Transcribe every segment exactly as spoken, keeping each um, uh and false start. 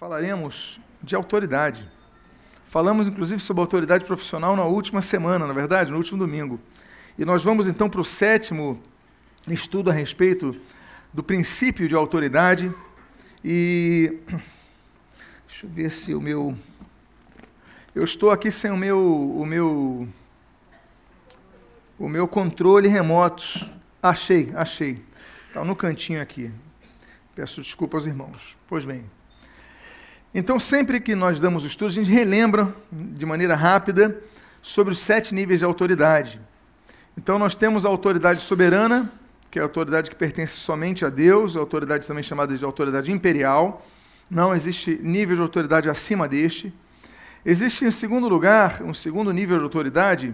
falaremos de autoridade. Falamos, inclusive, sobre autoridade profissional na última semana, na verdade, no último domingo. E nós vamos, então, para o sétimo estudo a respeito do princípio de autoridade. E deixa eu ver se o meu... Eu estou aqui sem o meu, o meu, o meu controle remoto. Achei, achei. Está no cantinho aqui. Peço desculpa aos irmãos. Pois bem. Então, sempre que nós damos o estudo, a gente relembra, de maneira rápida, sobre os sete níveis de autoridade. Então, nós temos a autoridade soberana, que é a autoridade que pertence somente a Deus, a autoridade também chamada de autoridade imperial. Não existe nível de autoridade acima deste. Existe, em segundo lugar, um segundo nível de autoridade,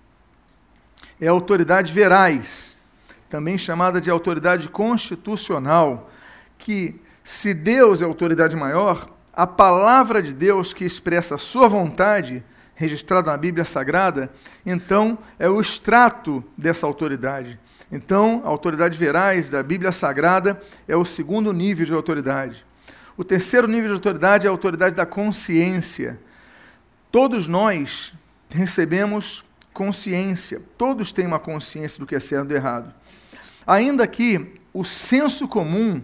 é a autoridade verais, também chamada de autoridade constitucional, que, se Deus é a autoridade maior, a palavra de Deus que expressa a sua vontade, registrada na Bíblia Sagrada, então é o extrato dessa autoridade. Então, a autoridade verais da Bíblia Sagrada é o segundo nível de autoridade. O terceiro nível de autoridade é a autoridade da consciência. Todos nós recebemos consciência, todos têm uma consciência do que é certo e do errado. Ainda que o senso comum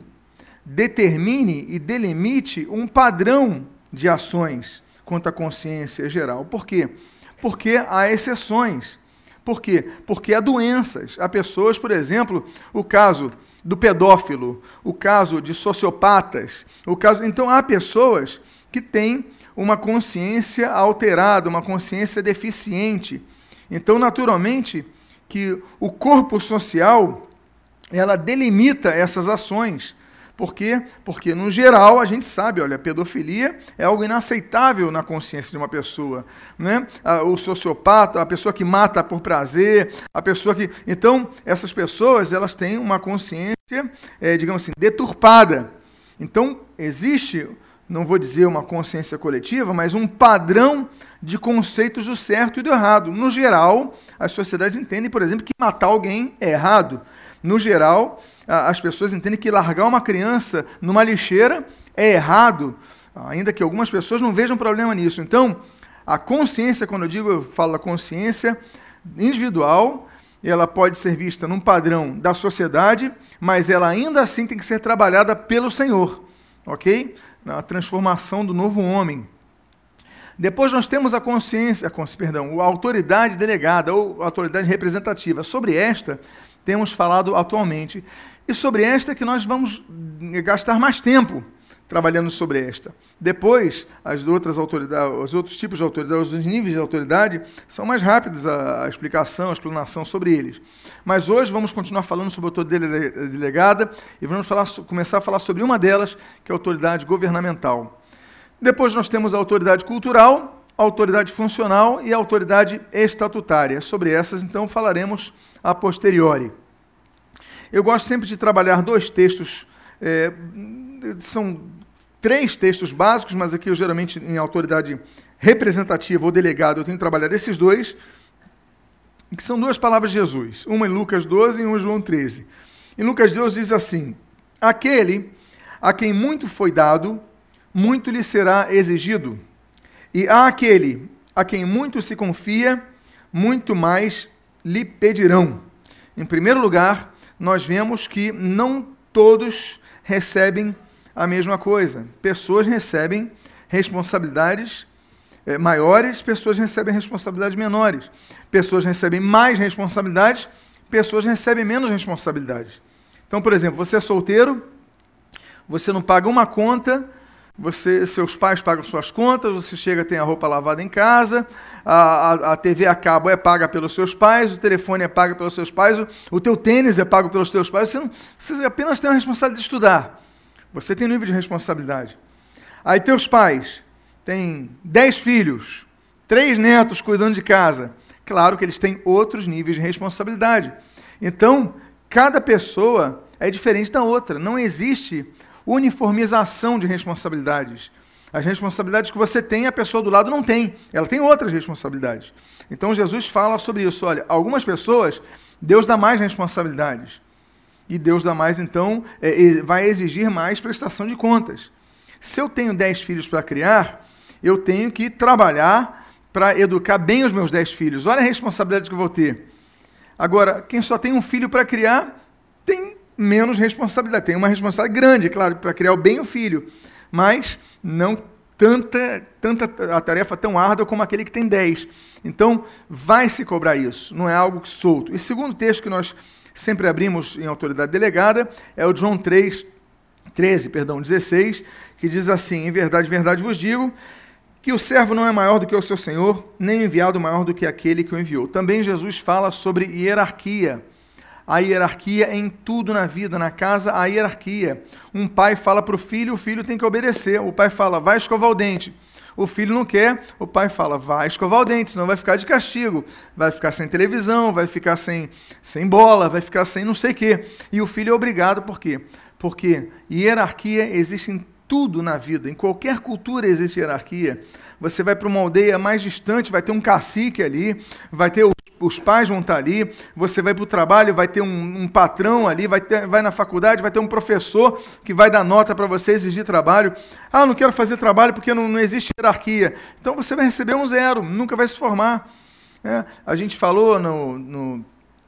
determine e delimite um padrão de ações quanto à consciência geral. Por quê? Porque há exceções. Por quê? Porque há doenças. Há pessoas, por exemplo, o caso do pedófilo, o caso de sociopatas, o caso... Então, há pessoas que têm uma consciência alterada, uma consciência deficiente. Então, naturalmente, que o corpo social, ela delimita essas ações. Por quê? Porque, no geral, a gente sabe, olha, a pedofilia é algo inaceitável na consciência de uma pessoa, né? O sociopata, a pessoa que mata por prazer, a pessoa que... Então, essas pessoas, elas têm uma consciência, é, digamos assim, deturpada. Então, existe, não vou dizer uma consciência coletiva, mas um padrão de conceitos do certo e do errado. No geral, as sociedades entendem, por exemplo, que matar alguém é errado. No geral, as pessoas entendem que largar uma criança numa lixeira é errado, ainda que algumas pessoas não vejam problema nisso. Então, a consciência, quando eu digo, eu falo da consciência individual, ela pode ser vista num padrão da sociedade, mas ela ainda assim tem que ser trabalhada pelo Senhor, ok? Na transformação do novo homem. Depois nós temos a consciência, a, perdão, a autoridade delegada ou autoridade representativa. Sobre esta, temos falado atualmente. E sobre esta que nós vamos gastar mais tempo trabalhando sobre esta. Depois, as outras autoridades, os outros tipos de autoridade, os níveis de autoridade, são mais rápidos a, a explicação, a explanação sobre eles. Mas hoje vamos continuar falando sobre a autoridade delegada e vamos falar, começar a falar sobre uma delas, que é a autoridade governamental. Depois nós temos a autoridade cultural, a autoridade funcional e a autoridade estatutária. Sobre essas, então, falaremos a posteriori. Eu gosto sempre de trabalhar dois textos, é, são três textos básicos, mas aqui eu geralmente, em autoridade representativa ou delegada, eu tenho que trabalhar esses dois, que são duas palavras de Jesus, uma em Lucas doze e uma em João treze. Em Lucas doze diz assim: aquele a quem muito foi dado, muito lhe será exigido, e àquele a quem muito se confia, muito mais lhe pedirão. Em primeiro lugar, nós vemos que não todos recebem a mesma coisa. Pessoas recebem responsabilidades eh, maiores, pessoas recebem responsabilidades menores. Pessoas recebem mais responsabilidades, pessoas recebem menos responsabilidades. Então, por exemplo, você é solteiro, você não paga uma conta, Você, seus pais pagam suas contas, você chega, tem a roupa lavada em casa, a, a, a T V a cabo é paga pelos seus pais, o telefone é pago pelos seus pais, o, o teu tênis é pago pelos teus pais, você, não, você apenas tem a responsabilidade de estudar. Você tem nível de responsabilidade. Aí teus pais têm dez filhos, três netos cuidando de casa. Claro que eles têm outros níveis de responsabilidade. Então, cada pessoa é diferente da outra. Não existe uniformização de responsabilidades. As responsabilidades que você tem, a pessoa do lado não tem. Ela tem outras responsabilidades. Então, Jesus fala sobre isso. Olha, algumas pessoas, Deus dá mais responsabilidades. E Deus dá mais, então, é, vai exigir mais prestação de contas. Se eu tenho dez filhos para criar, eu tenho que trabalhar para educar bem os meus dez filhos. Olha a responsabilidade que eu vou ter. Agora, quem só tem um filho para criar, tem menos responsabilidade. Tem uma responsabilidade grande, claro, para criar bem o filho, mas não tanta, tanta a tarefa tão árdua como aquele que tem dez. Então, vai se cobrar isso, não é algo solto. E segundo texto que nós sempre abrimos em autoridade delegada é o João três, treze, perdão, dezesseis, que diz assim: em verdade, em verdade vos digo, que o servo não é maior do que o seu senhor, nem o enviado maior do que aquele que o enviou. Também Jesus fala sobre hierarquia. A hierarquia em tudo na vida, na casa, a hierarquia. Um pai fala para o filho, o filho tem que obedecer. O pai fala, vai escovar o dente. O filho não quer, o pai fala, vai escovar o dente, senão vai ficar de castigo. Vai ficar sem televisão, vai ficar sem, sem bola, vai ficar sem não sei o quê. E o filho é obrigado, por quê? Porque hierarquia existe em tudo na vida, em qualquer cultura existe hierarquia. Você vai para uma aldeia mais distante, vai ter um cacique ali, vai ter os, os pais vão estar ali, você vai para o trabalho, vai ter um, um patrão ali, vai, ter, vai na faculdade, vai ter um professor que vai dar nota para você exigir trabalho. Ah, não quero fazer trabalho porque não, não existe hierarquia. Então você vai receber um zero, nunca vai se formar. É, a gente falou no... no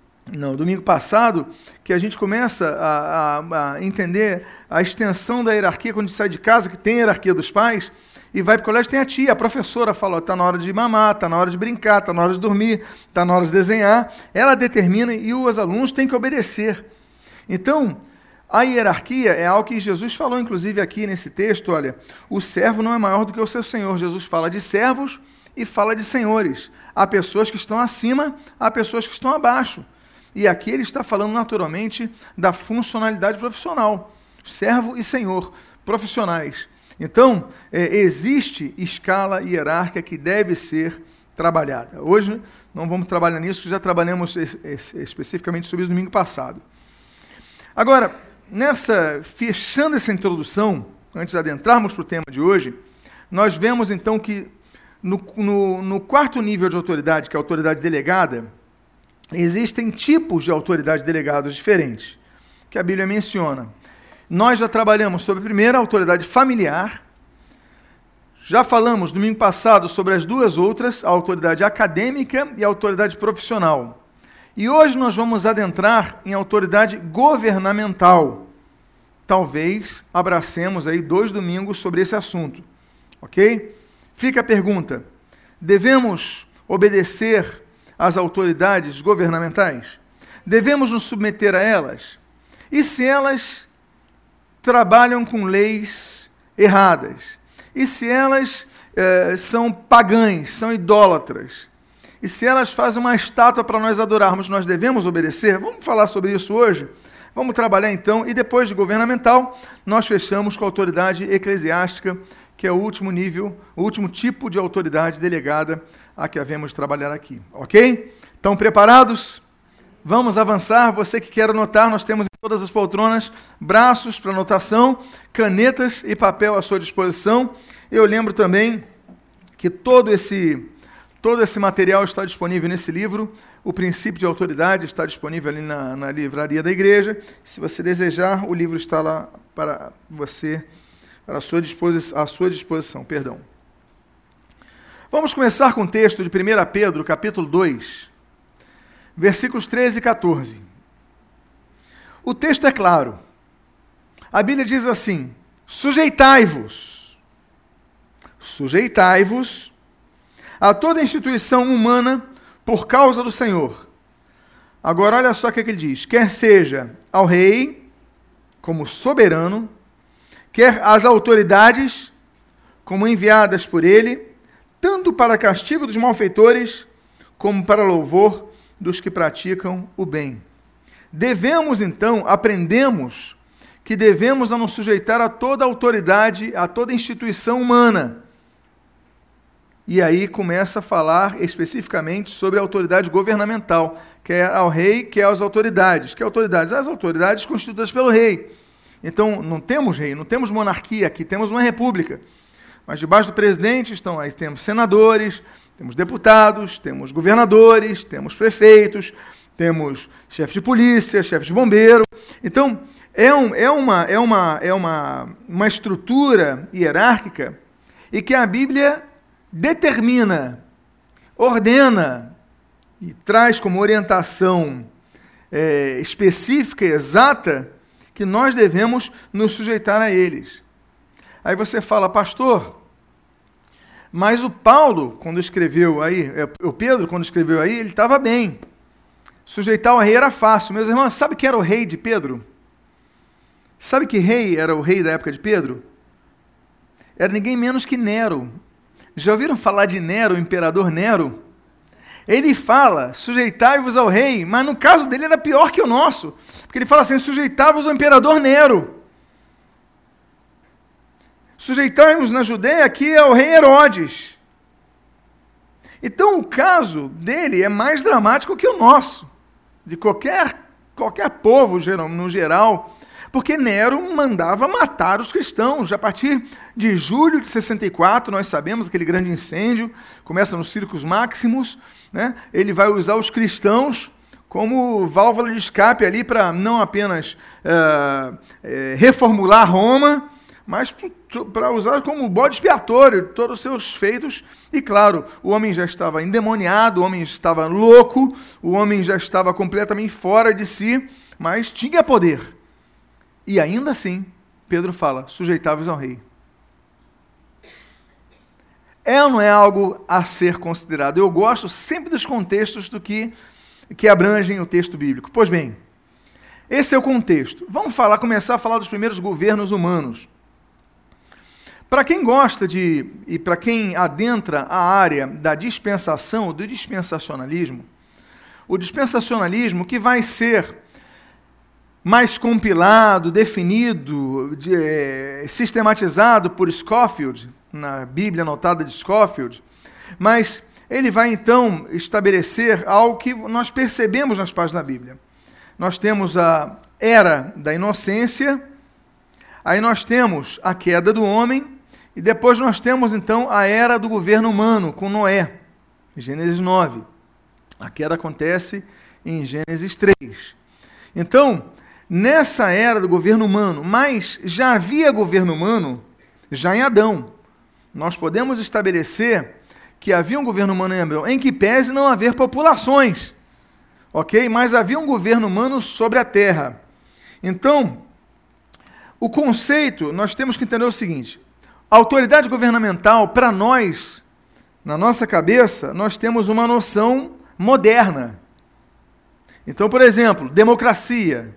No domingo passado, que a gente começa a, a, a entender a extensão da hierarquia quando a gente sai de casa, que tem a hierarquia dos pais, e vai para o colégio, tem a tia, a professora fala, está na hora de mamar, está na hora de brincar, está na hora de dormir, está na hora de desenhar. Ela determina e os alunos têm que obedecer. Então, a hierarquia é algo que Jesus falou, inclusive aqui nesse texto, olha, o servo não é maior do que o seu senhor. Jesus fala de servos e fala de senhores. Há pessoas que estão acima, há pessoas que estão abaixo. E aqui ele está falando naturalmente da funcionalidade profissional, servo e senhor, profissionais. Então, é, existe escala hierárquica que deve ser trabalhada. Hoje não vamos trabalhar nisso, que já trabalhamos especificamente sobre isso no domingo passado. Agora, nessa, fechando essa introdução, antes de adentrarmos para o tema de hoje, nós vemos então que no, no, no quarto nível de autoridade, que é a autoridade delegada, existem tipos de autoridade delegados diferentes, que a Bíblia menciona. Nós já trabalhamos sobre a primeira, a autoridade familiar. Já falamos domingo passado sobre as duas outras, a autoridade acadêmica e a autoridade profissional. E hoje nós vamos adentrar em autoridade governamental. Talvez abracemos aí dois domingos sobre esse assunto, ok? Fica a pergunta: devemos obedecer às autoridades governamentais? Devemos nos submeter a elas? E se elas trabalham com leis erradas? E se elas eh, são pagãs, são idólatras? E se elas fazem uma estátua para nós adorarmos, nós devemos obedecer? Vamos falar sobre isso hoje? Vamos trabalhar então, e depois de governamental, nós fechamos com a autoridade eclesiástica, que é o último nível, o último tipo de autoridade delegada a que havemos de trabalhar aqui, ok? Estão preparados? Vamos avançar. Você que quer anotar, nós temos em todas as poltronas braços para anotação, canetas e papel à sua disposição. Eu lembro também que todo esse, todo esse material está disponível nesse livro. O Princípio de Autoridade está disponível ali na, na livraria da igreja. Se você desejar, o livro está lá para você, para a sua disposição, à sua disposição, perdão. Vamos começar com o texto de primeira Pedro, capítulo dois, versículos treze e catorze. O texto é claro. A Bíblia diz assim: sujeitai-vos, sujeitai-vos a toda instituição humana por causa do Senhor. Agora olha só o que ele diz: quer seja ao rei como soberano, quer às autoridades como enviadas por ele, tanto para castigo dos malfeitores, como para louvor dos que praticam o bem. Devemos, então, aprendemos que devemos a nos sujeitar a toda autoridade, a toda instituição humana. E aí começa a falar especificamente sobre a autoridade governamental, quer ao rei, quer às autoridades. Que autoridades? As autoridades constituídas pelo rei. Então, não temos rei, não temos monarquia aqui, temos uma república. Mas debaixo do presidente estão aí, temos senadores, temos deputados, temos governadores, temos prefeitos, temos chefe de polícia, chefe de bombeiro. Então, é, um, é, uma, é, uma, é uma, uma estrutura hierárquica e que a Bíblia determina, ordena e traz como orientação é, específica e exata que nós devemos nos sujeitar a eles. Aí você fala, pastor, mas o Paulo, quando escreveu aí, o Pedro, quando escreveu aí, ele estava bem. Sujeitar o rei era fácil. Meus irmãos, sabe quem era o rei de Pedro? Sabe que rei era o rei da época de Pedro? Era ninguém menos que Nero. Já ouviram falar de Nero, o imperador Nero? Ele fala, sujeitai-vos ao rei, mas no caso dele era pior que o nosso, porque ele fala assim, sujeitai-vos ao imperador Nero. Sujeitai-vos na Judéia aqui ao rei Herodes. Então o caso dele é mais dramático que o nosso, de qualquer, qualquer povo no geral, porque Nero mandava matar os cristãos. A partir de julho de sessenta e quatro, nós sabemos, aquele grande incêndio, começa nos Circos Maximus, né? Ele vai usar os cristãos como válvula de escape ali para não apenas uh, uh, reformular Roma, mas para usar como bode expiatório de todos os seus feitos. E claro, o homem já estava endemoniado, o homem estava louco, o homem já estava completamente fora de si, mas tinha poder. E ainda assim, Pedro fala, sujeitáveis ao rei. É ou não é algo a ser considerado? Eu gosto sempre dos contextos do que, que abrangem o texto bíblico. Pois bem, esse é o contexto. Vamos falar, começar a falar dos primeiros governos humanos. Para quem gosta de, e para quem adentra a área da dispensação, do dispensacionalismo, o dispensacionalismo que vai ser mais compilado, definido, de, é, sistematizado por Scofield, na Bíblia anotada de Scofield, mas ele vai então estabelecer algo que nós percebemos nas páginas da Bíblia. Nós temos a era da inocência, aí nós temos a queda do homem, e depois nós temos então a era do governo humano, com Noé, em Gênesis nove. A queda acontece em Gênesis três. Então, nessa era do governo humano, mas já havia governo humano já em Adão. Nós podemos estabelecer que havia um governo humano em Adão, em que pese não haver populações, ok? Mas havia um governo humano sobre a terra. Então, o conceito, nós temos que entender o seguinte, a autoridade governamental, para nós, na nossa cabeça, nós temos uma noção moderna. Então, por exemplo, democracia.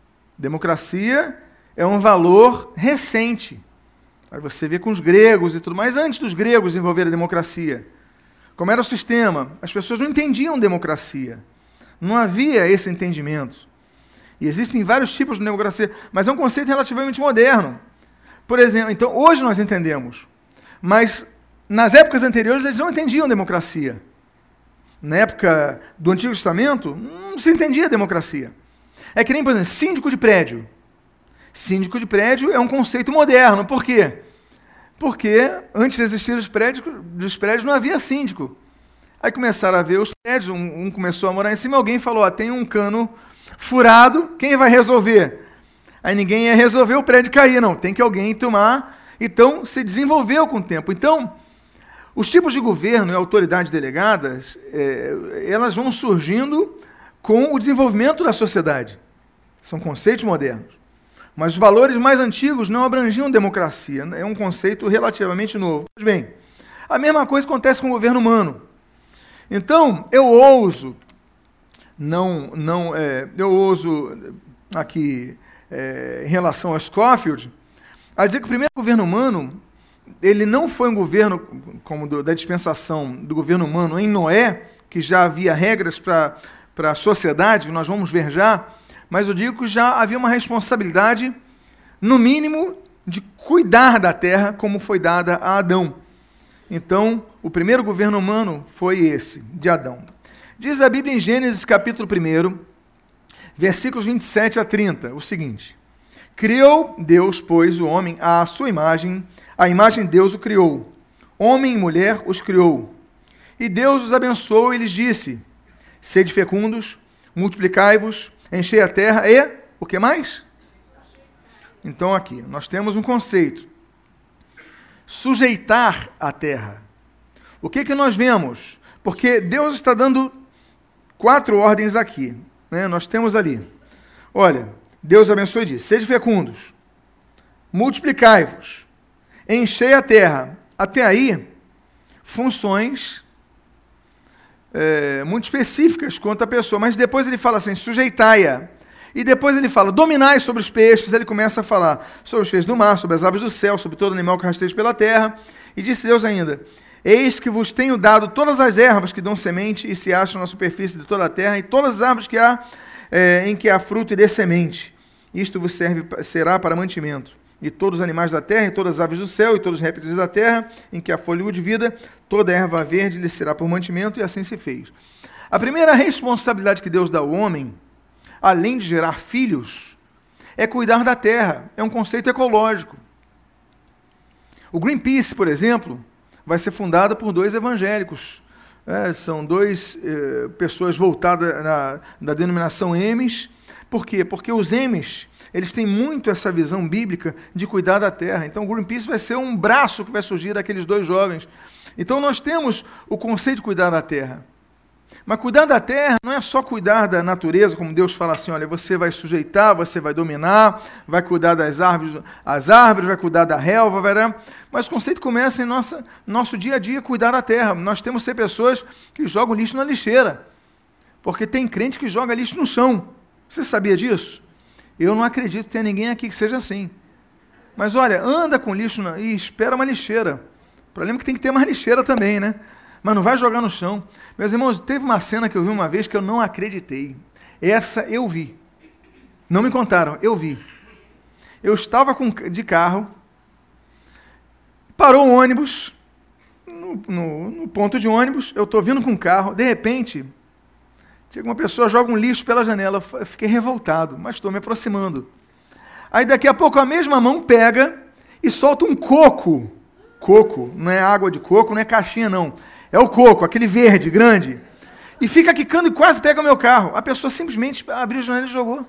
Democracia é um valor recente. Aí você vê com os gregos e tudo mais, antes dos gregos envolver a democracia. Como era o sistema? As pessoas não entendiam democracia. Não havia esse entendimento. E existem vários tipos de democracia, mas é um conceito relativamente moderno. Por exemplo, então, hoje nós entendemos, mas nas épocas anteriores eles não entendiam democracia. Na época do Antigo Testamento, não se entendia democracia. É que nem, por exemplo, síndico de prédio. Síndico de prédio é um conceito moderno. Por quê? Porque antes de existir os prédios, dos prédios não havia síndico. Aí começaram a ver os prédios, um, um começou a morar em cima, alguém falou, ó, tem um cano furado, quem vai resolver? Aí ninguém ia resolver o prédio cair, não, tem que alguém tomar. Então, se desenvolveu com o tempo. Então, os tipos de governo e autoridades delegadas, é, elas vão surgindo com o desenvolvimento da sociedade. São conceitos modernos. Mas os valores mais antigos não abrangiam democracia. É um conceito relativamente novo. Pois bem, a mesma coisa acontece com o governo humano. Então, eu ouso, não, não, é, eu ouso aqui, é, em relação a Scofield, a dizer que o primeiro governo humano, ele não foi um governo, como do, da dispensação do governo humano em Noé, que já havia regras para para a sociedade, nós vamos ver já, mas eu digo que já havia uma responsabilidade, no mínimo, de cuidar da terra, como foi dada a Adão. Então, o primeiro governo humano foi esse, de Adão. Diz a Bíblia em Gênesis capítulo um, versículos vinte e sete a trinta, o seguinte: criou Deus, pois, o homem à sua imagem, a imagem de Deus o criou, homem e mulher os criou. E Deus os abençoou e lhes disse: sede fecundos, multiplicai-vos, enchei a terra e o que mais? Então aqui, nós temos um conceito. Sujeitar a terra. O que que nós vemos? Porque Deus está dando quatro ordens aqui, né? Nós temos ali. Olha, Deus abençoe e diz, sede fecundos, multiplicai-vos, enchei a terra. Até aí, funções é, muito específicas quanto à pessoa, mas depois ele fala assim, sujeitai-a. E depois ele fala, dominai sobre os peixes, ele começa a falar sobre os peixes do mar, sobre as aves do céu, sobre todo animal que rasteja pela terra. E disse Deus ainda, eis que vos tenho dado todas as ervas que dão semente e se acham na superfície de toda a terra, e todas as árvores que há, é, em que há fruto e dê semente. Isto vos serve, será para mantimento. E todos os animais da terra, e todas as aves do céu, e todos os répteis da terra, em que há fôlego de vida, toda erva verde lhe será por mantimento, e assim se fez. A primeira responsabilidade que Deus dá ao homem, além de gerar filhos, é cuidar da terra. É um conceito ecológico. O Greenpeace, por exemplo, vai ser fundado por dois evangélicos. É, são dois é, pessoas voltadas na, na denominação Emes. Por quê? Porque os Emes, eles têm muito essa visão bíblica de cuidar da terra. Então o Greenpeace vai ser um braço que vai surgir daqueles dois jovens. Então nós temos o conceito de cuidar da terra. Mas cuidar da terra não é só cuidar da natureza, como Deus fala assim, olha, você vai sujeitar, você vai dominar, vai cuidar das árvores, as árvores, vai cuidar da relva, vai dar... mas o conceito começa em nossa, nosso dia a dia, cuidar da terra. Nós temos que ser pessoas que jogam lixo na lixeira, porque tem crente que joga lixo no chão. Você sabia disso? Eu não acredito que tenha ninguém aqui que seja assim. Mas olha, anda com lixo na... e espera uma lixeira. O problema é que tem que ter mais lixeira também, né? Mas não vai jogar no chão. Meus irmãos, teve uma cena que eu vi uma vez que eu não acreditei. Essa eu vi. Não me contaram, eu vi. Eu estava com, de carro, parou o ônibus, no, no, no ponto de ônibus, eu estou vindo com o carro, de repente, chega uma pessoa, joga um lixo pela janela, eu fiquei revoltado, mas estou me aproximando. Aí daqui a pouco a mesma mão pega e solta um coco. Coco, não é água de coco, não é caixinha não. É o coco, aquele verde, grande. E fica quicando e quase pega o meu carro. A pessoa simplesmente abriu a janela e jogou.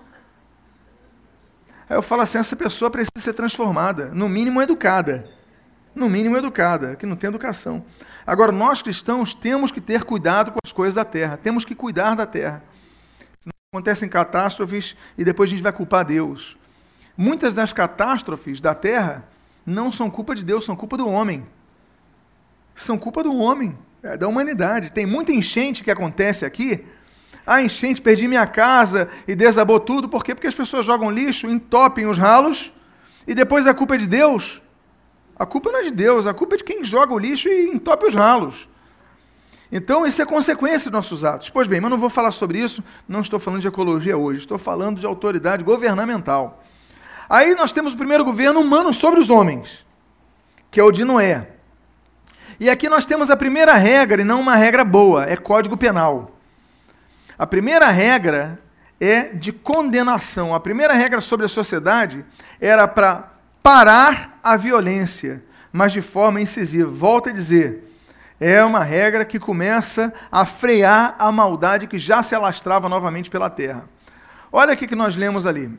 Aí eu falo assim, essa pessoa precisa ser transformada, no mínimo educada. No mínimo educada, que não tem educação. Agora, nós cristãos temos que ter cuidado com as coisas da terra. Temos que cuidar da terra. Senão acontecem catástrofes e depois a gente vai culpar Deus. Muitas das catástrofes da terra não são culpa de Deus, são culpa do homem. São culpa do homem, é, da humanidade. Tem muita enchente que acontece aqui. Ah, enchente, perdi minha casa e desabou tudo. Por quê? Porque as pessoas jogam lixo, entopem os ralos e depois a culpa é de Deus. A culpa não é de Deus, a culpa é de quem joga o lixo e entope os ralos. Então, isso é consequência dos nossos atos. Pois bem, mas não vou falar sobre isso, não estou falando de ecologia hoje, estou falando de autoridade governamental. Aí nós temos o primeiro governo humano sobre os homens, que é o de Noé. E aqui nós temos a primeira regra, e não uma regra boa, é Código Penal. A primeira regra é de condenação. A primeira regra sobre a sociedade era para parar a violência, mas de forma incisiva. Volto a dizer, é uma regra que começa a frear a maldade que já se alastrava novamente pela terra. Olha o que nós lemos ali.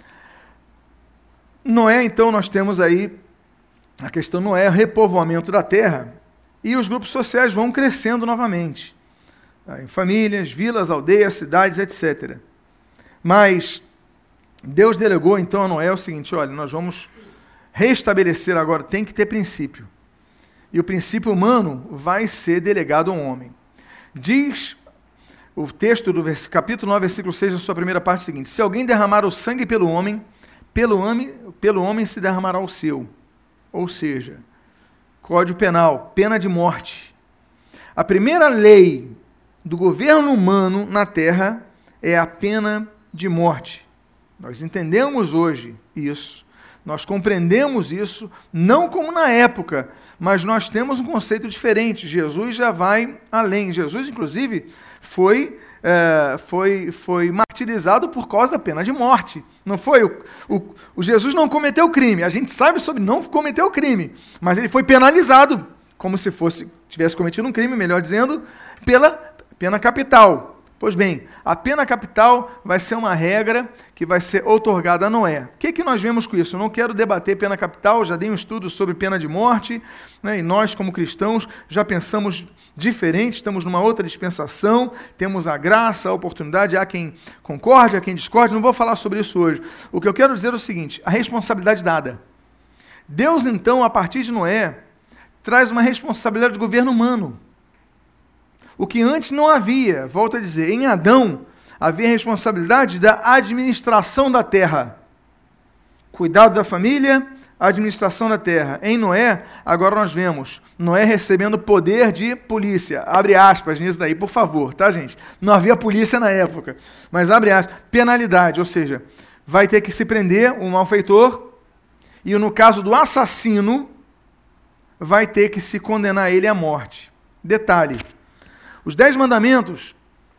Noé, então, nós temos aí a questão Noé, o repovoamento da terra, e os grupos sociais vão crescendo novamente, em famílias, vilas, aldeias, cidades, etcétera. Mas Deus delegou, então, a Noé o seguinte, olha, nós vamos restabelecer agora, tem que ter princípio. E o princípio humano vai ser delegado ao homem. Diz o texto do capítulo nove, versículo seis, na sua primeira parte, o seguinte, se alguém derramar o sangue pelo homem, pelo homem, pelo homem se derramará o seu. Ou seja, Código Penal, pena de morte. A primeira lei do governo humano na Terra é a pena de morte. Nós entendemos hoje isso, nós compreendemos isso, não como na época, mas nós temos um conceito diferente. Jesus já vai além. Jesus, inclusive, foi, é, foi, foi martirizado por causa da pena de morte. Não foi? O, o, o Jesus não cometeu crime. A gente sabe sobre não cometer o crime, mas ele foi penalizado, como se fosse tivesse cometido um crime, melhor dizendo, pela pena capital. Pois bem, a pena capital vai ser uma regra que vai ser outorgada a Noé. O que, que nós vemos com isso? Eu não quero debater pena capital, já dei um estudo sobre pena de morte, né, e nós, como cristãos, já pensamos diferente, estamos numa outra dispensação, temos a graça, a oportunidade, há quem concorde, há quem discorde, não vou falar sobre isso hoje. O que eu quero dizer é o seguinte, a responsabilidade dada. Deus, então, a partir de Noé, traz uma responsabilidade de governo humano. O que antes não havia, volto a dizer, em Adão havia a responsabilidade da administração da terra. Cuidado da família, administração da terra. Em Noé, agora nós vemos Noé recebendo poder de polícia. Abre aspas nisso daí, por favor, tá, gente? Não havia polícia na época, mas abre aspas. Penalidade, ou seja, vai ter que se prender o malfeitor e no caso do assassino, vai ter que se condenar ele à morte. Detalhe. Os dez mandamentos,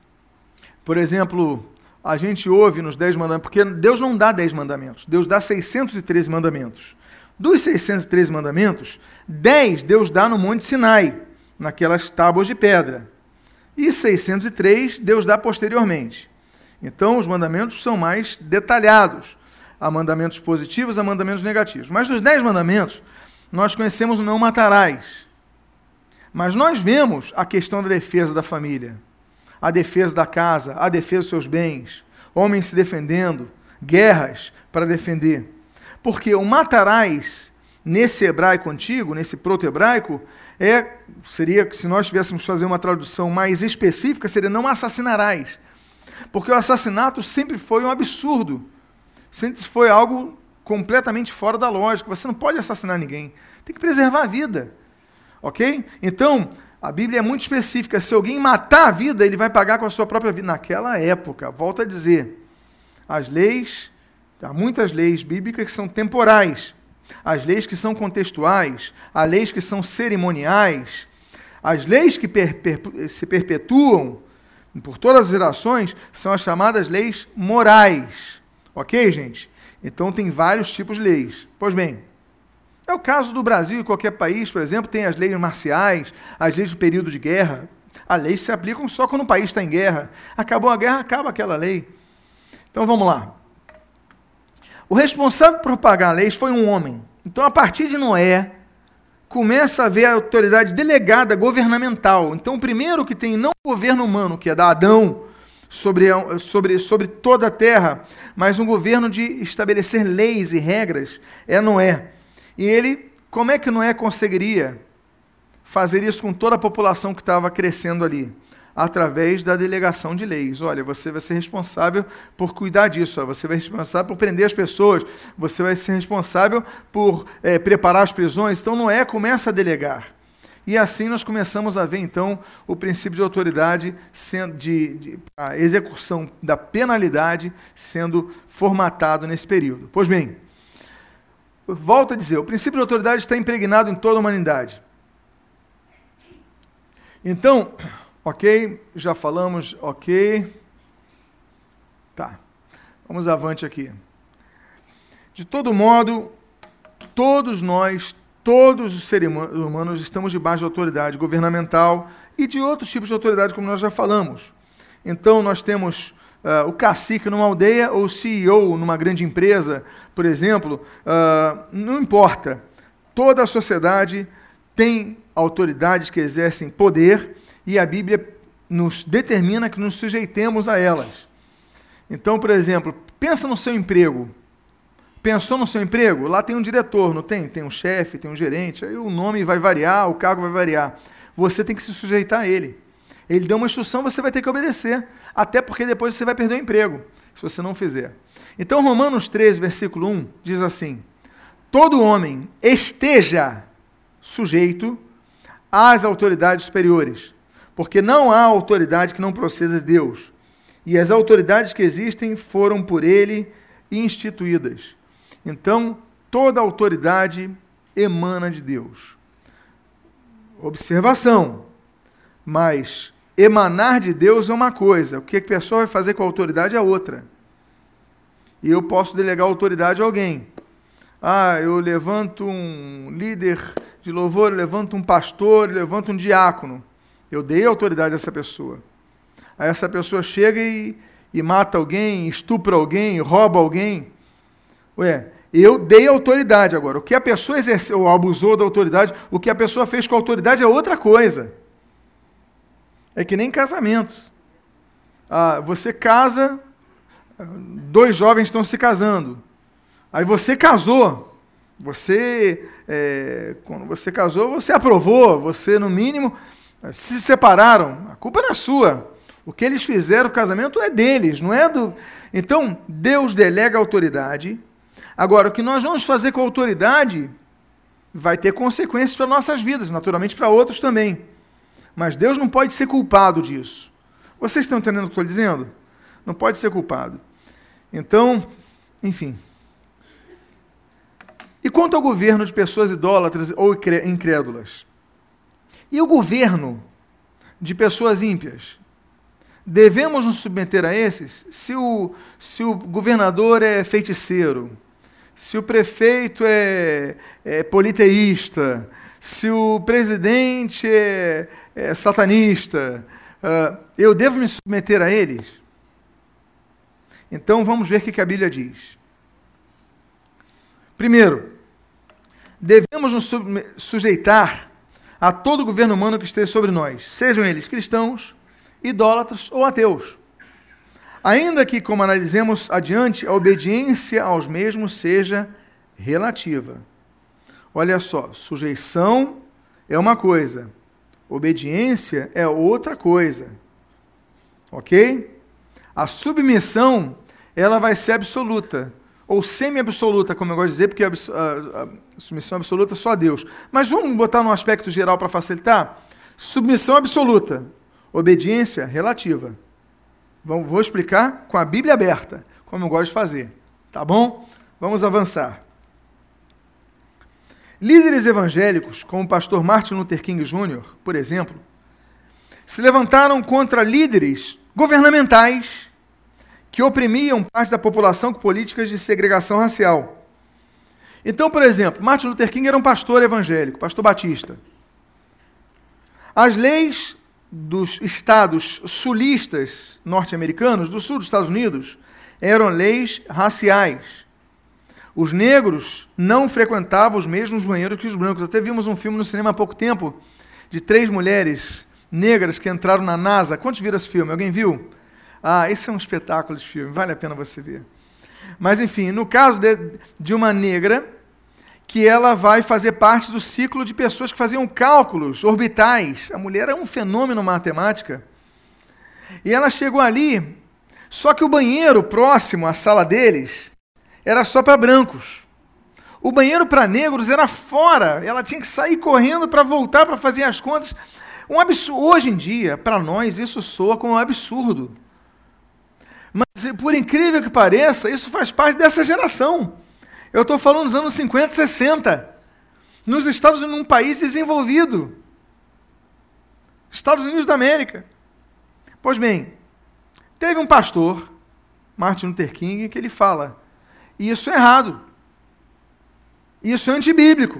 por exemplo, a gente ouve nos dez mandamentos, porque Deus não dá dez mandamentos, Deus dá seiscentos e treze mandamentos. Dos seiscentos e treze mandamentos, dez Deus dá no Monte Sinai, naquelas tábuas de pedra. E seiscentos e três Deus dá posteriormente. Então, os mandamentos são mais detalhados. Há mandamentos positivos, há mandamentos negativos. Mas dos dez mandamentos, nós conhecemos o não matarás. Mas nós vemos a questão da defesa da família, a defesa da casa, a defesa dos seus bens, homens se defendendo, guerras para defender. Porque o matarás, nesse hebraico antigo, nesse proto-hebraico, é, seria, se nós tivéssemos que fazer uma tradução mais específica, seria não assassinarás. Porque o assassinato sempre foi um absurdo, sempre foi algo completamente fora da lógica. Você não pode assassinar ninguém, tem que preservar a vida. Ok? Então, a Bíblia é muito específica. Se alguém matar a vida, ele vai pagar com a sua própria vida. Naquela época, volto a dizer, as leis, há muitas leis bíblicas que são temporais, as leis que são contextuais, as leis que são cerimoniais, as leis que per, per, se perpetuam por todas as gerações são as chamadas leis morais. Ok, gente? Então, tem vários tipos de leis. Pois bem, é o caso do Brasil e qualquer país, por exemplo, tem as leis marciais, as leis do período de guerra. As leis se aplicam só quando o país está em guerra. Acabou a guerra, acaba aquela lei. Então vamos lá. O responsável por propagar leis foi um homem. Então, a partir de Noé, começa a haver a autoridade delegada governamental. Então, o primeiro que tem não o governo humano, que é da Adão, sobre, sobre, sobre toda a terra, mas um governo de estabelecer leis e regras, é Noé. E ele, como é que Noé conseguiria fazer isso com toda a população que estava crescendo ali? Através da delegação de leis. Olha, você vai ser responsável por cuidar disso, ó. Você vai ser responsável por prender as pessoas, você vai ser responsável por é, preparar as prisões. Então Noé começa a delegar. E assim nós começamos a ver, então, o princípio de autoridade, sendo de, de, a execução da penalidade sendo formatado nesse período. Pois bem, volto a dizer, o princípio de autoridade está impregnado em toda a humanidade. Então, ok, já falamos, ok. Tá, vamos avante aqui. De todo modo, todos nós, todos os seres humanos estamos debaixo de autoridade governamental e de outros tipos de autoridade, como nós já falamos. Então, nós temos Uh, o cacique numa aldeia ou o C E O numa grande empresa, por exemplo, uh, não importa. Toda a sociedade tem autoridades que exercem poder e a Bíblia nos determina que nos sujeitemos a elas. Então, por exemplo, pensa no seu emprego. Pensou no seu emprego? Lá tem um diretor, não tem? Tem um chefe, tem um gerente, aí o nome vai variar, o cargo vai variar. Você tem que se sujeitar a ele. Ele deu uma instrução, você vai ter que obedecer, até porque depois você vai perder o emprego, se você não fizer. Então, Romanos treze, versículo um, diz assim: todo homem esteja sujeito às autoridades superiores, porque não há autoridade que não proceda de Deus, e as autoridades que existem foram por ele instituídas. Então, toda autoridade emana de Deus. Observação, mas emanar de Deus é uma coisa, o que a pessoa vai fazer com a autoridade é outra. E eu posso delegar autoridade a alguém. Ah, eu levanto um líder de louvor, eu levanto um pastor, eu levanto um diácono. Eu dei autoridade a essa pessoa. Aí essa pessoa chega e, e mata alguém, estupra alguém, rouba alguém. Ué, eu dei autoridade agora. O que a pessoa exerceu, ou abusou da autoridade, o que a pessoa fez com a autoridade é outra coisa. É que nem casamento. Ah, você casa, dois jovens estão se casando. Aí você casou. Você, é, quando você casou, você aprovou, você, no mínimo, se separaram. A culpa não é sua. O que eles fizeram, o casamento é deles, não é do... Então, Deus delega a autoridade. Agora, o que nós vamos fazer com a autoridade vai ter consequências para nossas vidas, naturalmente para outros também. Mas Deus não pode ser culpado disso. Vocês estão entendendo o que eu estou dizendo? Não pode ser culpado. Então, enfim... E quanto ao governo de pessoas idólatras ou incrédulas? E o governo de pessoas ímpias? Devemos nos submeter a esses? Se o, se o governador é feiticeiro, se o prefeito é, é politeísta, se o presidente é, é satanista, uh, eu devo me submeter a eles? Então vamos ver o que a Bíblia diz. Primeiro, devemos nos sujeitar a todo o governo humano que esteja sobre nós, sejam eles cristãos, idólatras ou ateus. Ainda que, como analisemos adiante, a obediência aos mesmos seja relativa. Olha só, sujeição é uma coisa, obediência é outra coisa. Ok? A submissão, ela vai ser absoluta. Ou semi-absoluta, como eu gosto de dizer, porque a, a, a submissão absoluta é só a Deus. Mas vamos botar num aspecto geral para facilitar? Submissão absoluta, obediência relativa. Vamos, vou explicar com a Bíblia aberta, como eu gosto de fazer. Tá bom? Vamos avançar. Líderes evangélicos, como o pastor Martin Luther King Júnior, por exemplo, se levantaram contra líderes governamentais que oprimiam parte da população com políticas de segregação racial. Então, por exemplo, Martin Luther King era um pastor evangélico, pastor batista. As leis dos estados sulistas norte-americanos, do sul dos Estados Unidos, eram leis raciais. Os negros não frequentavam os mesmos banheiros que os brancos. Até vimos um filme no cinema há pouco tempo, de três mulheres negras que entraram na NASA. Quantos viram esse filme? Alguém viu? Ah, esse é um espetáculo de filme, vale a pena você ver. Mas, enfim, no caso de, de uma negra, que ela vai fazer parte do ciclo de pessoas que faziam cálculos orbitais. A mulher é um fenômeno matemática. E ela chegou ali, só que o banheiro próximo à sala deles era só para brancos. O banheiro para negros era fora. Ela tinha que sair correndo para voltar para fazer as contas. Um absurdo. Hoje em dia, para nós, isso soa como um absurdo. Mas, por incrível que pareça, isso faz parte dessa geração. Eu estou falando dos anos cinquenta, sessenta. Nos Estados Unidos, num país desenvolvido. Estados Unidos da América. Pois bem, teve um pastor, Martin Luther King, que ele fala, isso é errado. Isso é antibíblico.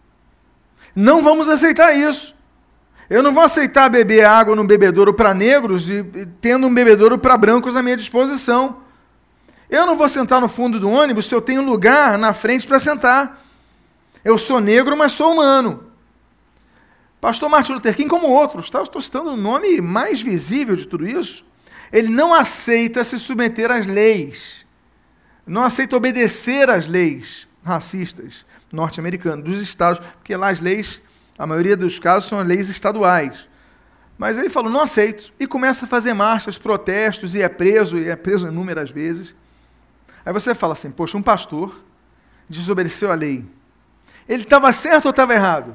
Não vamos aceitar isso. Eu não vou aceitar beber água num bebedouro para negros e, e tendo um bebedouro para brancos à minha disposição. Eu não vou sentar no fundo do ônibus se eu tenho lugar na frente para sentar. Eu sou negro, mas sou humano. Pastor Martin Luther King, como outros, tá? Estou citando o nome mais visível de tudo isso. Ele não aceita se submeter às leis. Não aceita obedecer às leis racistas norte-americanas, dos estados, porque lá as leis, a maioria dos casos, são leis estaduais. Mas ele falou, não aceito. E começa a fazer marchas, protestos, e é preso, e é preso inúmeras vezes. Aí você fala assim, poxa, um pastor desobedeceu a lei. Ele estava certo ou estava errado?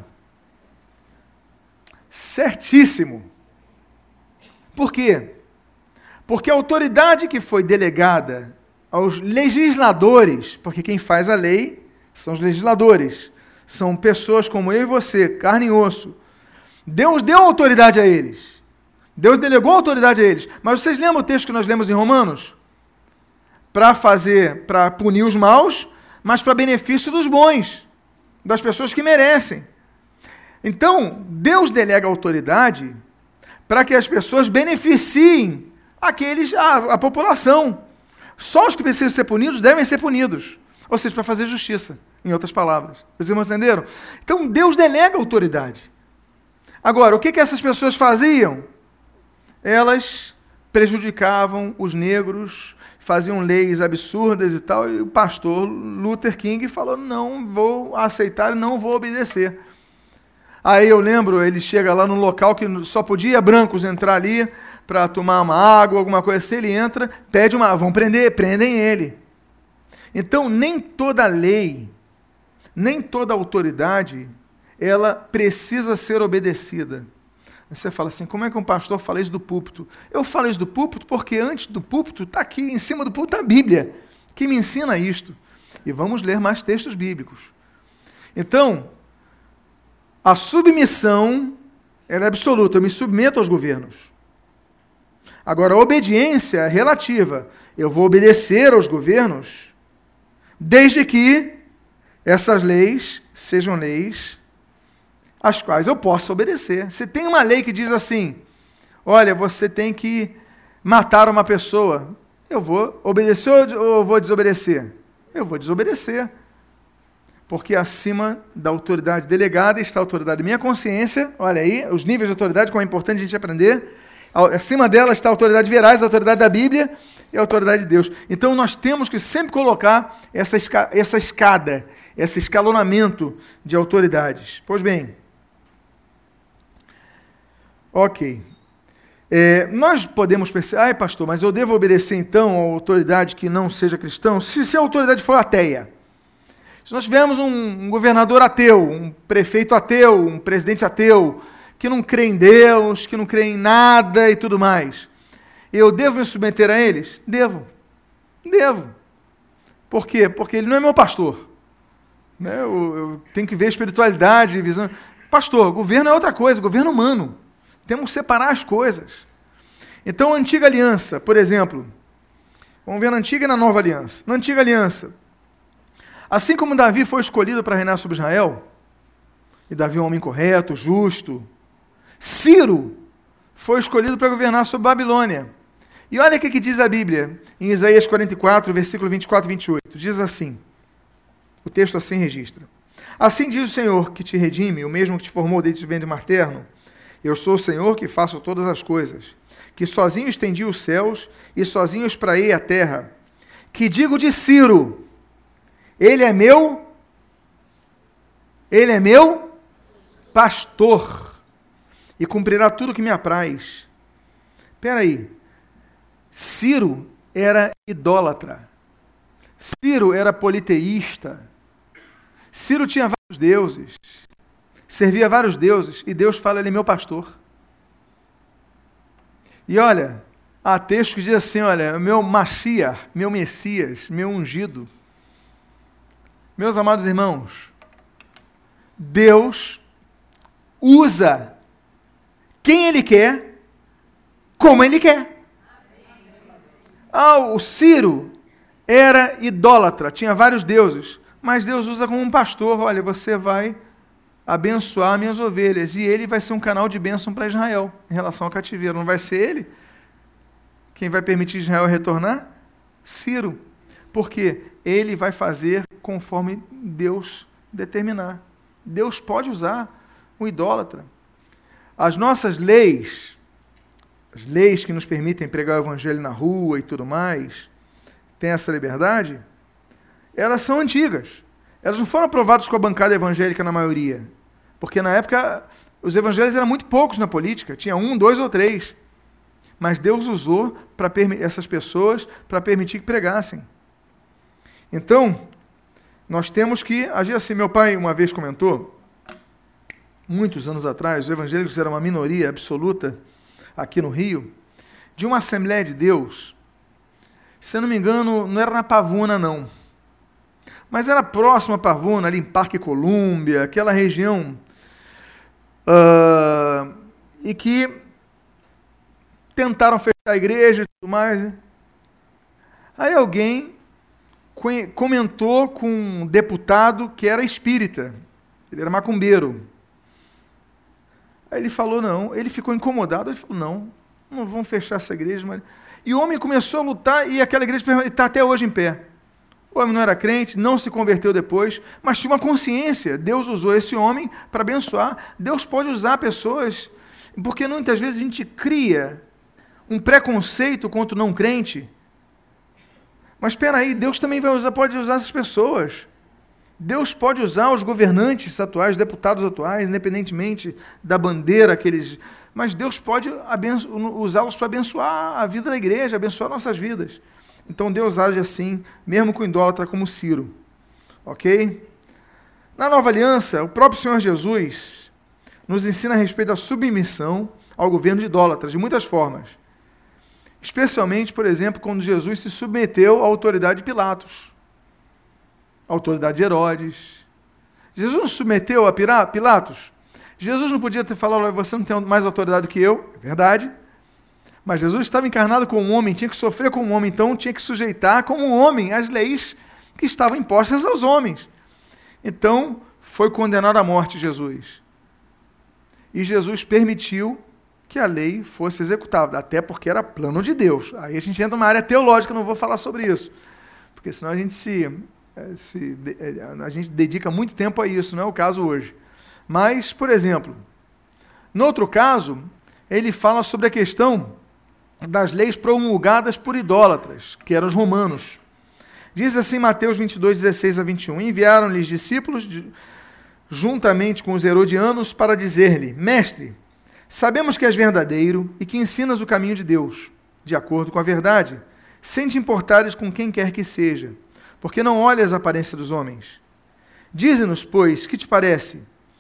Certíssimo. Por quê? Porque a autoridade que foi delegada aos legisladores, porque quem faz a lei são os legisladores, são pessoas como eu e você, carne e osso. Deus deu autoridade a eles. Deus delegou autoridade a eles. Mas vocês lembram o texto que nós lemos em Romanos? Para fazer, para punir os maus, mas para benefício dos bons, das pessoas que merecem. Então, Deus delega autoridade para que as pessoas beneficiem aqueles, a, a população. Só os que precisam ser punidos devem ser punidos. Ou seja, para fazer justiça, em outras palavras. Vocês irmãos entenderam? Então, Deus delega autoridade. Agora, o que, que essas pessoas faziam? Elas prejudicavam os negros, faziam leis absurdas e tal, e o pastor Luther King falou, não vou aceitar, não vou obedecer. Aí eu lembro, ele chega lá num local que só podia brancos entrar ali para tomar uma água, alguma coisa assim, ele entra, pede uma, vão prender, prendem ele. Então, nem toda lei, nem toda autoridade, ela precisa ser obedecida. Você fala assim, como é que um pastor fala isso do púlpito? Eu falo isso do púlpito porque antes do púlpito, está aqui, em cima do púlpito, está a Bíblia, que me ensina isto. E vamos ler mais textos bíblicos. Então, a submissão ela é absoluta, eu me submeto aos governos. Agora, a obediência é relativa. Eu vou obedecer aos governos, desde que essas leis sejam leis às quais eu possa obedecer. Se tem uma lei que diz assim, olha, você tem que matar uma pessoa, eu vou obedecer ou vou desobedecer? Eu vou desobedecer. Porque acima da autoridade delegada está a autoridade da minha consciência, olha aí, os níveis de autoridade, como é importante a gente aprender, acima dela está a autoridade veraz, a autoridade da Bíblia e a autoridade de Deus. Então nós temos que sempre colocar essa, esca essa escada, esse escalonamento de autoridades. Pois bem, ok. É, nós podemos pensar, ai pastor, mas eu devo obedecer então a autoridade que não seja cristão, se, se a autoridade for ateia. Se nós tivermos um, um governador ateu, um prefeito ateu, um presidente ateu, que não crê em Deus, que não crê em nada e tudo mais, eu devo me submeter a eles? Devo. Devo. Por quê? Porque ele não é meu pastor. Né? Eu, eu tenho que ver espiritualidade, visão. Pastor, governo é outra coisa, governo humano. Temos que separar as coisas. Então, a antiga aliança, por exemplo, vamos ver na antiga e na nova aliança. Na antiga aliança, assim como Davi foi escolhido para reinar sobre Israel, e Davi é um homem correto, justo, Ciro foi escolhido para governar sobre Babilônia. E olha o que diz a Bíblia, em Isaías quarenta e quatro, versículo vinte e quatro e vinte e oito. Diz assim, o texto assim registra. Assim diz o Senhor que te redime, o mesmo que te formou desde o ventre materno. Eu sou o Senhor que faço todas as coisas, que sozinho estendi os céus e sozinho espraiei a terra. Que digo de Ciro, ele é meu, ele é meu pastor, e cumprirá tudo o que me apraz. Espera aí, Ciro era idólatra, Ciro era politeísta, Ciro tinha vários deuses, servia vários deuses, e Deus fala, ele é meu pastor. E olha, há textos que dizem assim, olha, meu Mashiach, meu Messias, meu ungido. Meus amados irmãos, Deus usa quem Ele quer, como Ele quer. Ah, o Ciro era idólatra, tinha vários deuses, mas Deus usa como um pastor, olha, você vai abençoar minhas ovelhas, e ele vai ser um canal de bênção para Israel, em relação ao cativeiro. Não vai ser ele quem vai permitir Israel retornar? Ciro. Porque ele vai fazer conforme Deus determinar. Deus pode usar o idólatra. As nossas leis, as leis que nos permitem pregar o evangelho na rua e tudo mais, tem essa liberdade, elas são antigas. Elas não foram aprovadas com a bancada evangélica na maioria. Porque na época os evangelhos eram muito poucos na política, tinha um, dois ou três. Mas Deus usou para essas pessoas para permitir que pregassem. Então, nós temos que agir assim. Meu pai uma vez comentou, muitos anos atrás, os evangélicos eram uma minoria absoluta aqui no Rio, de uma Assembleia de Deus, se eu não me engano, não era na Pavuna, não, mas era próximo a Pavuna, ali em Parque Colômbia, aquela região, uh, e que tentaram fechar a igreja e tudo mais. Aí alguém comentou com um deputado que era espírita, ele era macumbeiro. Aí ele falou, não. Ele ficou incomodado, ele falou, não, não vão fechar essa igreja. Mas... E o homem começou a lutar e aquela igreja está até hoje em pé. O homem não era crente, não se converteu depois, mas tinha uma consciência. Deus usou esse homem para abençoar. Deus pode usar pessoas, porque muitas vezes a gente cria um preconceito contra o não crente. Mas espera aí, Deus também vai usar, pode usar essas pessoas. Deus pode usar os governantes atuais, deputados atuais, independentemente da bandeira que eles... Mas Deus pode usá-los para abençoar a vida da igreja, abençoar nossas vidas. Então Deus age assim, mesmo com idólatra como Ciro. Ok? Na Nova Aliança, o próprio Senhor Jesus nos ensina a respeito da submissão ao governo de idólatras, de muitas formas. Especialmente, por exemplo, quando Jesus se submeteu à autoridade de Pilatos, à autoridade de Herodes. Jesus não se submeteu a Pilatos? Jesus não podia ter falado, você não tem mais autoridade do que eu, é verdade. Mas Jesus estava encarnado como um homem, tinha que sofrer como um homem, então tinha que sujeitar como um homem as leis que estavam impostas aos homens. Então, foi condenado à morte Jesus. E Jesus permitiu que a lei fosse executada, até porque era plano de Deus. Aí a gente entra numa área teológica, não vou falar sobre isso, porque senão a gente se, se a gente dedica muito tempo a isso, não é o caso hoje. Mas, por exemplo, no outro caso, ele fala sobre a questão das leis promulgadas por idólatras, que eram os romanos. Diz assim Mateus vinte e dois, dezesseis a vinte e um, enviaram-lhes discípulos de, juntamente com os herodianos para dizer-lhe, mestre, sabemos que és verdadeiro e que ensinas o caminho de Deus, de acordo com a verdade, sem te importares com quem quer que seja, porque não olhas a aparência dos homens. Dize-nos, pois, que te parece?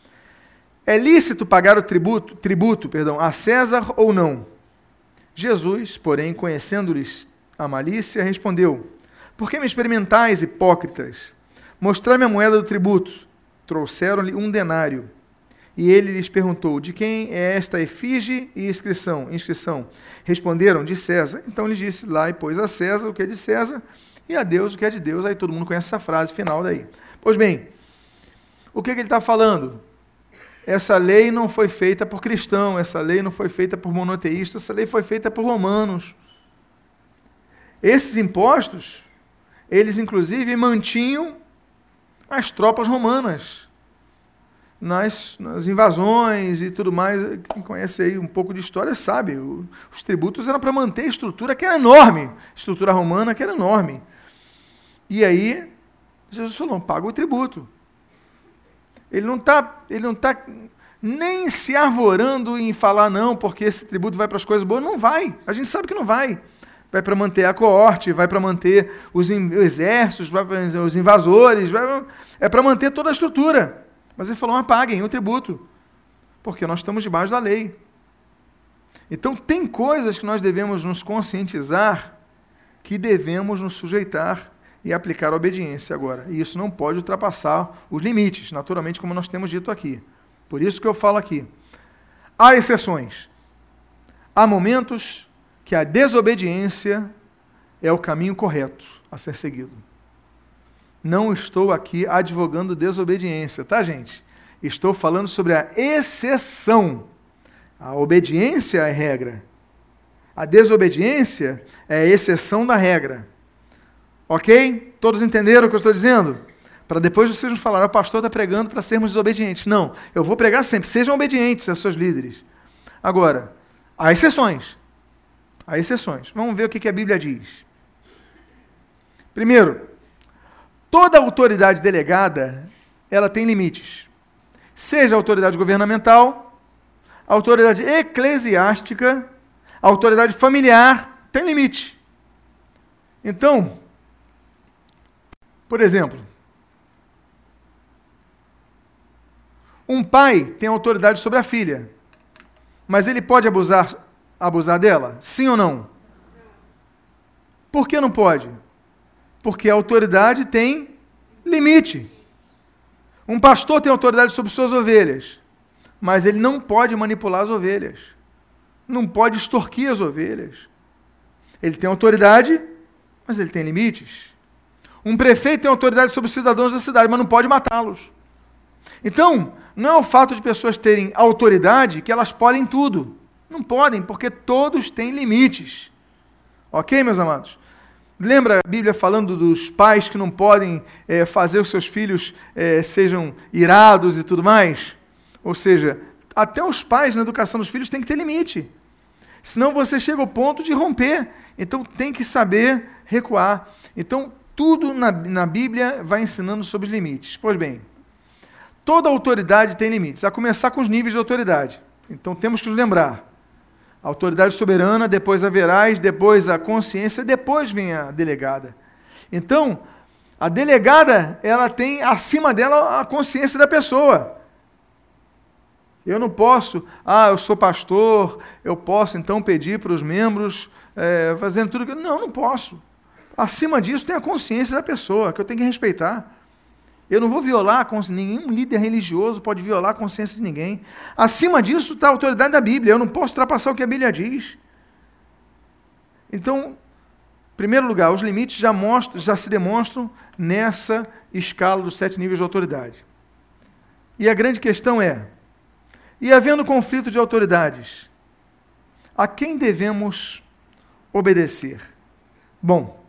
É lícito pagar o tributo, tributo perdão, a César ou não? Jesus, porém, conhecendo-lhes a malícia, respondeu, por que me experimentais, hipócritas? Mostrai-me a moeda do tributo. Trouxeram-lhe um denário. E ele lhes perguntou, de quem é esta efígie e inscrição? inscrição? Responderam, de César. Então lhe disse, lá e pôs a César o que é de César, e a Deus o que é de Deus. Aí todo mundo conhece essa frase final daí. Pois bem, o que, que ele está falando? Essa lei não foi feita por cristão, essa lei não foi feita por monoteístas, essa lei foi feita por romanos. Esses impostos, eles inclusive mantinham as tropas romanas nas, nas invasões e tudo mais. Quem conhece aí um pouco de história sabe, o, os tributos eram para manter a estrutura que era enorme, a estrutura romana que era enorme. E aí, Jesus falou, paga o tributo. Ele não está ele não tá nem se arvorando em falar não, porque esse tributo vai para as coisas boas. Não vai, a gente sabe que não vai. Vai para manter a coorte, vai para manter os exércitos, vai para os invasores, vai, é para manter toda a estrutura. Mas ele falou, mas paguem o tributo, porque nós estamos debaixo da lei. Então tem coisas que nós devemos nos conscientizar, que devemos nos sujeitar e aplicar a obediência agora. E isso não pode ultrapassar os limites, naturalmente, como nós temos dito aqui. Por isso que eu falo aqui. Há exceções. Há momentos que a desobediência é o caminho correto a ser seguido. Não estou aqui advogando desobediência, tá, gente? Estou falando sobre a exceção. A obediência é a regra. A desobediência é a exceção da regra. Ok? Todos entenderam o que eu estou dizendo? Para depois vocês não falarem, o pastor está pregando para sermos desobedientes. Não, eu vou pregar sempre, sejam obedientes a seus líderes. Agora, há exceções. Há exceções. Vamos ver o que a Bíblia diz. Primeiro, toda autoridade delegada, ela tem limites. Seja a autoridade governamental, a autoridade eclesiástica, a autoridade familiar, tem limite. Então, por exemplo, um pai tem autoridade sobre a filha, mas ele pode abusar, abusar dela? Sim ou não? Por que não pode? Porque a autoridade tem limite. Um pastor tem autoridade sobre suas ovelhas, mas ele não pode manipular as ovelhas, não pode extorquir as ovelhas. Ele tem autoridade, mas ele tem limites. Um prefeito tem autoridade sobre os cidadãos da cidade, mas não pode matá-los. Então, não é o fato de pessoas terem autoridade que elas podem tudo. Não podem, porque todos têm limites. Ok, meus amados? Lembra a Bíblia falando dos pais que não podem é, fazer os seus filhos é, sejam irados e tudo mais? Ou seja, até os pais na educação dos filhos têm que ter limite. Senão você chega ao ponto de romper. Então tem que saber recuar. Então tudo na, na Bíblia vai ensinando sobre os limites. Pois bem, toda autoridade tem limites, a começar com os níveis de autoridade. Então temos que nos lembrar. A autoridade soberana, depois a veraz, depois a consciência, depois vem a delegada. Então, a delegada, ela tem acima dela a consciência da pessoa. Eu não posso, ah, eu sou pastor, eu posso então pedir para os membros é, fazendo tudo que... Não, não posso. Acima disso tem a consciência da pessoa, que eu tenho que respeitar. Eu não vou violar a consciência, nenhum líder religioso pode violar a consciência de ninguém. Acima disso está a autoridade da Bíblia, eu não posso ultrapassar o que a Bíblia diz. Então, em primeiro lugar, os limites já, mostram, já se demonstram nessa escala dos sete níveis de autoridade. E a grande questão é, e havendo conflito de autoridades, a quem devemos obedecer? Bom,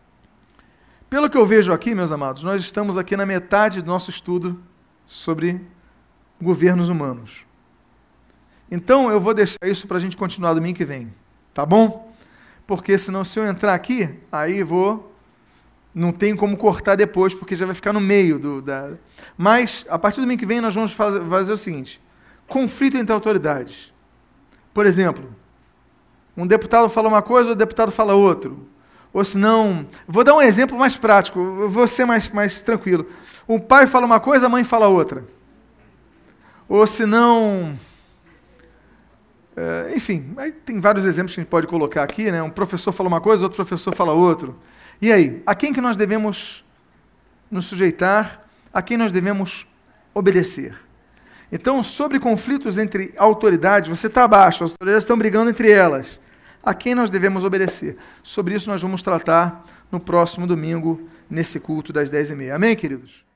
pelo que eu vejo aqui, meus amados, nós estamos aqui na metade do nosso estudo sobre governos humanos. Então, eu vou deixar isso para a gente continuar domingo que vem, tá bom? Porque senão, se eu entrar aqui, aí vou... Não tem como cortar depois, porque já vai ficar no meio do... Da... Mas, a partir do domingo que vem, nós vamos fazer, fazer o seguinte, conflito entre autoridades. Por exemplo, um deputado fala uma coisa, o deputado fala outro. Ou se não, vou dar um exemplo mais prático, eu vou ser mais, mais tranquilo. O pai fala uma coisa, a mãe fala outra. Ou se não, é, enfim, aí tem vários exemplos que a gente pode colocar aqui, né? Um professor fala uma coisa, outro professor fala outro. E aí, a quem que nós devemos nos sujeitar, a quem nós devemos obedecer? Então, sobre conflitos entre autoridades, você está abaixo, as autoridades estão brigando entre elas. A quem nós devemos obedecer? Sobre isso nós vamos tratar no próximo domingo, nesse culto das dez e meia. Amém, queridos?